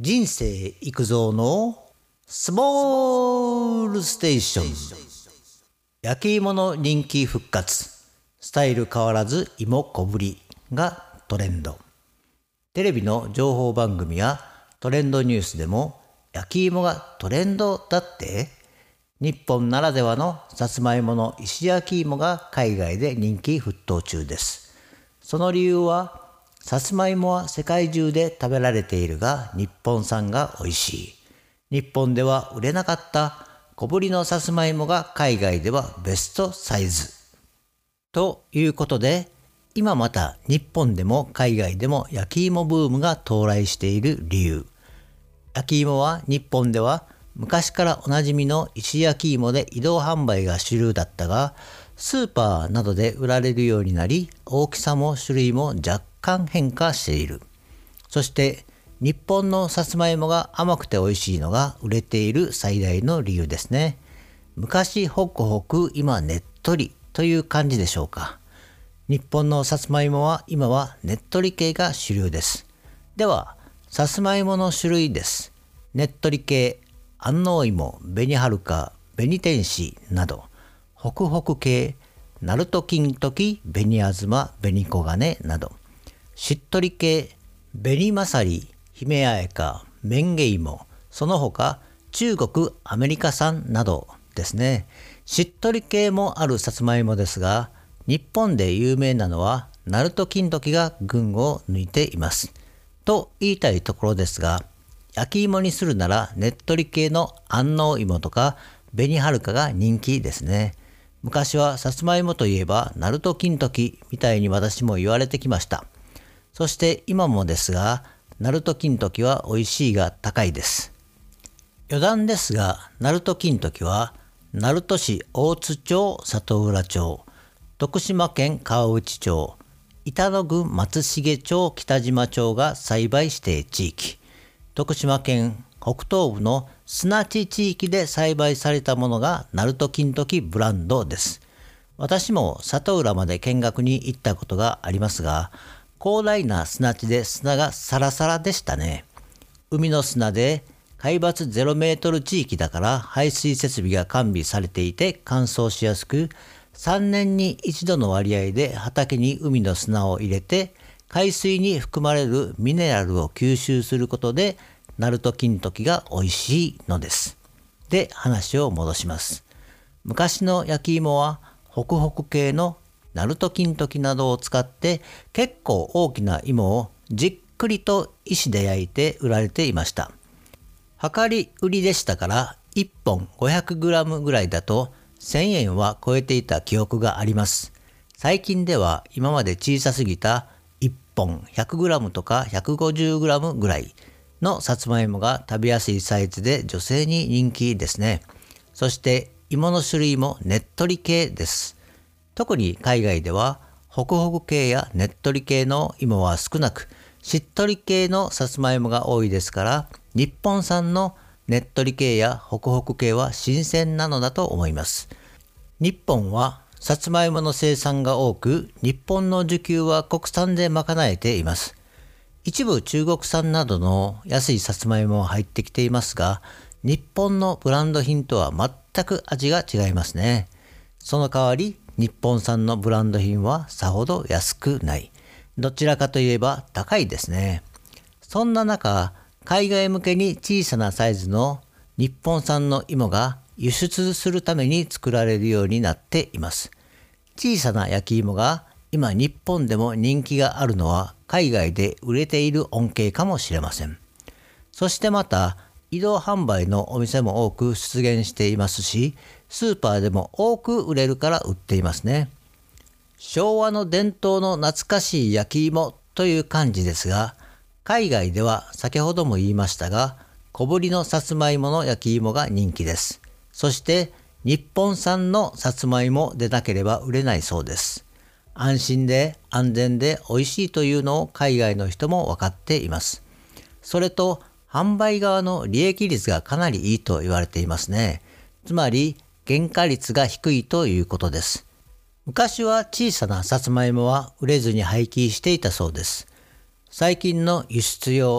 人生育造のスモールステーション。焼き芋の人気復活。スタイル変わらず芋小ぶりがトレンド。テレビの情報番組やトレンドニュースでも焼き芋がトレンドだって？日本ならではのさつまいもの石焼き芋が海外で人気沸騰中です。その理由は、さつまいもは世界中で食べられているが日本産が美味しい。日本では売れなかった小ぶりのさつまいもが海外ではベストサイズ。ということで、今また日本でも海外でも焼き芋ブームが到来している理由。焼き芋は日本では昔からおなじみの石焼き芋で移動販売が主流だったが、スーパーなどで売られるようになり、大きさも種類も若干変化している。そして日本のさつまいもが甘くて美味しいのが売れている最大の理由ですね。昔ホクホク、今ねっとりという感じでしょうか。日本のさつまいもは今はねっとり系が主流です。では、さつまいもの種類です。ねっとり系、安納芋、紅はるか、紅天使など、ホクホク系、ナルト金時、紅あずま、紅黄金など、しっとり系、紅まさり、姫あやか、メンゲ芋、その他中国、アメリカ産などですね。しっとり系もあるさつまいもですが、日本で有名なのはナルト金時が群を抜いています。と言いたいところですが、焼き芋にするならねっとり系の安納芋とか紅はるかが人気ですね。昔はさつまいもといえばナルト金時みたいに私も言われてきました。そして今もですが、ナルト金時は美味しいが高いです。余談ですが、ナルト金時は鳴門市大津町里浦町、徳島県川内町、板野郡松重町北島町が栽培指定地域、徳島県北東部の砂地地域で栽培されたものが鳴門金時ブランドです。私も里浦まで見学に行ったことがありますが、広大な砂地で砂がサラサラでしたね。海の砂で海抜0メートル地域だから排水設備が完備されていて乾燥しやすく、3年に一度の割合で畑に海の砂を入れて海水に含まれるミネラルを吸収することで鳴門金時が美味しいのです。で、話を戻します。昔の焼き芋はホクホク系の鳴門金時などを使って結構大きな芋をじっくりと石で焼いて売られていました。量り売りでしたから1本 500g ぐらいだと1000円は超えていた記憶があります。最近では今まで小さすぎた1本 100g とか 150g ぐらいのさつまいもが食べやすいサイズで女性に人気ですね。そして芋の種類もねっとり系です。特に海外ではホクホク系やねっとり系の芋は少なく、しっとり系のさつまいもが多いですから、日本産のねっとり系やホクホク系は新鮮なのだと思います。日本はさつまいもの生産が多く、日本の需給は国産で賄えています。一部中国産などの安いさつまいもは入ってきていますが、日本のブランド品とは全く味が違いますね。その代わり日本産のブランド品はさほど安くない。どちらかといえば高いですね。そんな中、海外向けに小さなサイズの日本産の芋が輸出するために作られるようになっています。小さな焼き芋が今日本でも人気があるのは海外で売れている恩恵かもしれません。そしてまた移動販売のお店も多く出現していますし、スーパーでも多く売れるから売っていますね。昭和の伝統の懐かしい焼き芋という感じですが、海外では先ほども言いましたが、小ぶりのさつまいもの焼き芋が人気です。そして日本産のさつまいもでなければ売れないそうです。安心で安全で美味しいというのを海外の人も分かっています。それと販売側の利益率がかなりいいと言われていますね。つまり原価率が低いということです。昔は小さなさつまいもは売れずに廃棄していたそうです。最近の輸出用、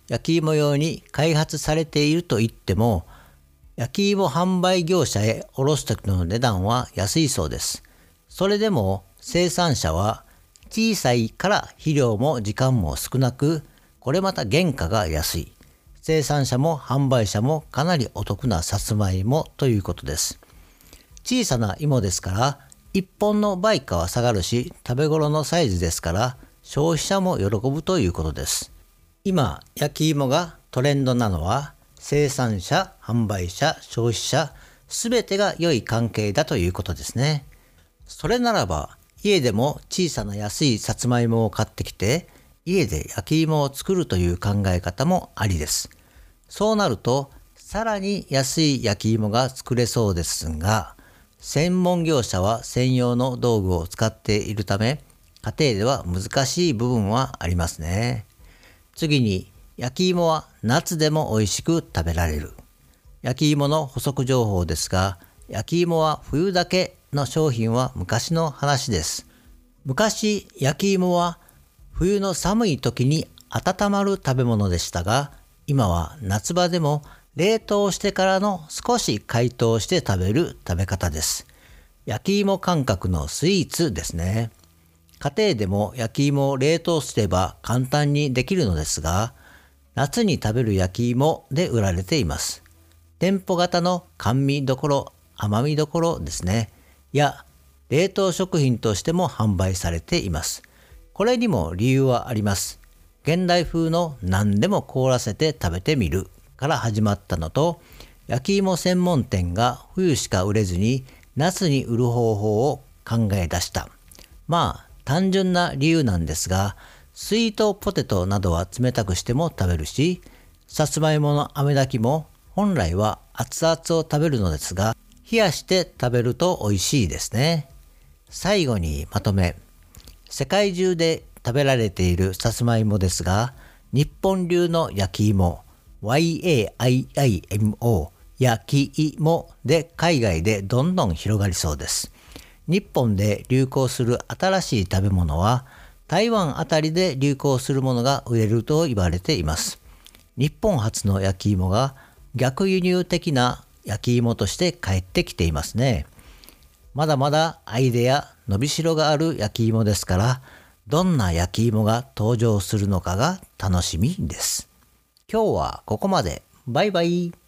焼き芋用に開発されていると言っても、焼き芋販売業者へ卸す時の値段は安いそうです。それでも生産者は小さいから肥料も時間も少なく、これまた原価が安い。生産者も販売者もかなりお得なさつまいもということです。小さな芋ですから1本の売価は下がるし、食べ頃のサイズですから消費者も喜ぶということです。今焼き芋がトレンドなのは生産者、販売者、消費者すべてが良い関係だということですね。それならば家でも小さな安いさつまいもを買ってきて家で焼き芋を作るという考え方もありです。そうなるとさらに安い焼き芋が作れそうですが、専門業者は専用の道具を使っているため家庭では難しい部分はありますね。次に焼き芋は夏でも美味しく食べられる。焼き芋の補足情報ですが、焼き芋は冬だけの商品は昔の話です。昔焼き芋は冬の寒い時に温まる食べ物でしたが、今は夏場でも冷凍してからの少し解凍して食べる食べ方です。焼き芋感覚のスイーツですね。家庭でも焼き芋を冷凍すれば簡単にできるのですが、夏に食べる焼き芋で売られています。店舗型の甘味どころ、甘みどころですね。や冷凍食品としても販売されています。これにも理由はあります。現代風の何でも凍らせて食べてみるから始まったのと、焼き芋専門店が冬しか売れずに夏に売る方法を考え出した。まあ単純な理由なんですが、スイートポテトなどは冷たくしても食べるし、さつまいもの飴炊きも本来は熱々を食べるのですが、冷やして食べると美味しいですね。最後にまとめ。世界中で食べられているさつまいもですが、日本流の焼き芋、YAIIMO、焼き芋で海外でどんどん広がりそうです。日本で流行する新しい食べ物は、台湾あたりで流行するものが売れると言われています。日本初の焼き芋が逆輸入的な焼き芋として帰ってきていますね。まだまだアイデア、伸びしろがある焼き芋ですから、どんな焼き芋が登場するのかが楽しみです。今日はここまで。バイバイ。